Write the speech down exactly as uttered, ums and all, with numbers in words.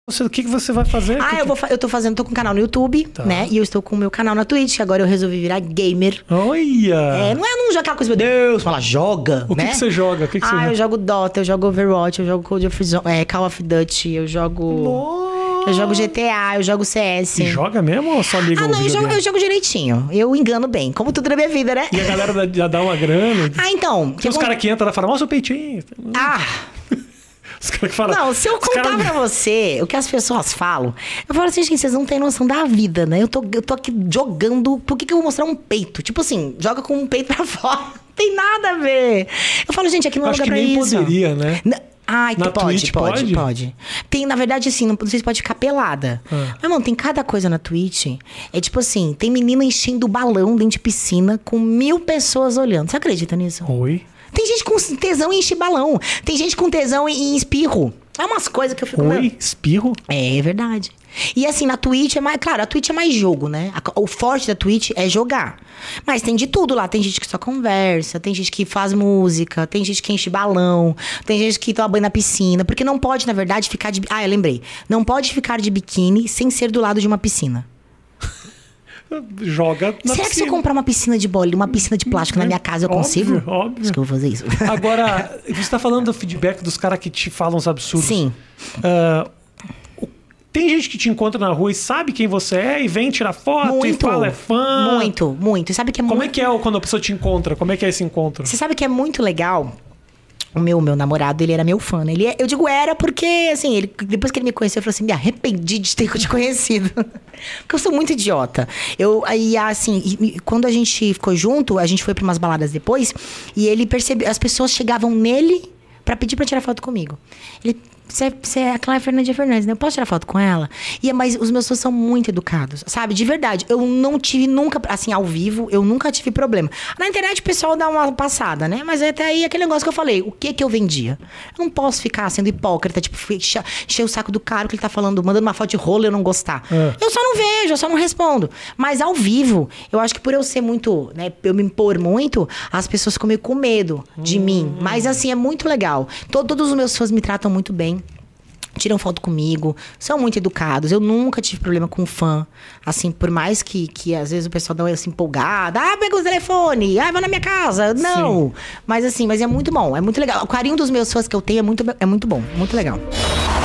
Você, o que, que você vai fazer? Ah, que eu, que... vou, eu tô fazendo, tô com um canal no YouTube, tá. né? E eu estou com o meu canal na Twitch. Agora eu resolvi virar gamer. Olha! É, não é não jogar aquela coisa, meu Deus, fala, joga, O né? que, que você joga? O que que ah, você eu joga? jogo Dota, eu jogo Overwatch, eu jogo Call of, é, Call of Duty, eu jogo... Nossa. Eu jogo G T A, eu jogo C S. E joga mesmo ou só liga Ah, o não, eu jogo, videogame? eu jogo direitinho. Eu engano bem, como tudo na minha vida, né? E a galera dá- já dá uma grana? Ah, então... Tem os caras que entram e falam, mostra o peitinho. Ah... Os caras que falam... Não, se eu os contar cara- pra você o que as pessoas falam, eu falo assim, gente, vocês não têm noção da vida, né? Eu tô, eu tô aqui jogando, por que, que eu vou mostrar um peito? Tipo assim, joga com um peito pra fora. Não tem nada a ver. Eu falo, gente, aqui não é Acho lugar que pra nem isso. poderia, né? Na- Ai, Na pode, Twitch pode, pode? pode, Tem, na verdade, assim, não, não sei se pode ficar pelada. Ah. Mas, mano, tem cada coisa na Twitch. É tipo assim, tem menina enchendo balão dentro de piscina com mil pessoas olhando. Você acredita nisso? Oi? Tem gente com tesão em encher balão. Tem gente com tesão em, em espirro. É umas coisas que eu fico... Oi? Espirro? É verdade. E assim, na Twitch é mais... Claro, a Twitch é mais jogo, né? A- o forte da Twitch é jogar. Mas tem de tudo lá. Tem gente que só conversa, tem gente que faz música, tem gente que enche balão, tem gente que toma banho na piscina. Porque não pode, na verdade, ficar de... Ah, eu lembrei. Não pode ficar de biquíni sem ser do lado de uma piscina. Joga na Será que se eu piscina. comprar uma piscina de bola, uma piscina de plástico na minha casa, eu consigo? Óbvio, óbvio. Acho que eu vou fazer isso. Agora, você tá falando do feedback dos caras que te falam os absurdos. Sim. Ah, o- tem gente que te encontra na rua e sabe quem você é e vem tirar foto Muito. e fala é fã. Muito, muito. E sabe que é Como muito... é que é o- quando a pessoa te encontra? Como é que é esse encontro? Você sabe que é muito legal? O meu, meu namorado, ele era meu fã, né? Ele, é- eu digo era porque, assim, ele, depois que ele me conheceu, eu falei assim, me arrependi de ter te conhecido. Porque eu sou muito idiota. Eu, aí, assim, e- e quando a gente ficou junto, a gente foi pra umas baladas depois, e ele percebeu, as pessoas chegavam nele pra pedir pra tirar foto comigo. Ele... Você você é a Clara Fernandes Fernandes, né? Eu posso tirar foto com ela? E, mas os meus fãs são muito educados, sabe? De verdade. Eu não tive nunca, assim, ao vivo, eu nunca tive problema. Na internet o pessoal dá uma passada, né? Mas até aí aquele negócio que eu falei, o que que eu vendia? Eu não posso ficar sendo hipócrita, tipo, encher encher o saco do cara que ele tá falando, mandando uma foto de rolo e eu não gostar. É. Eu só não vejo, eu só não respondo. Mas ao vivo, eu acho que por eu ser muito, né? Eu me impor muito, as pessoas ficam meio com medo de mim. Mas assim, é muito legal. To- Todos os meus fãs me tratam muito bem. Tiram foto comigo, são muito educados. Eu nunca tive problema com fã. Assim, por mais que, que às vezes o pessoal dá uma assim, empolgada. Ah, pega o telefone. Ah, vai na minha casa. Não. Mas assim, mas é muito bom. É muito legal. O carinho dos meus fãs que eu tenho é muito, é muito bom. Muito legal.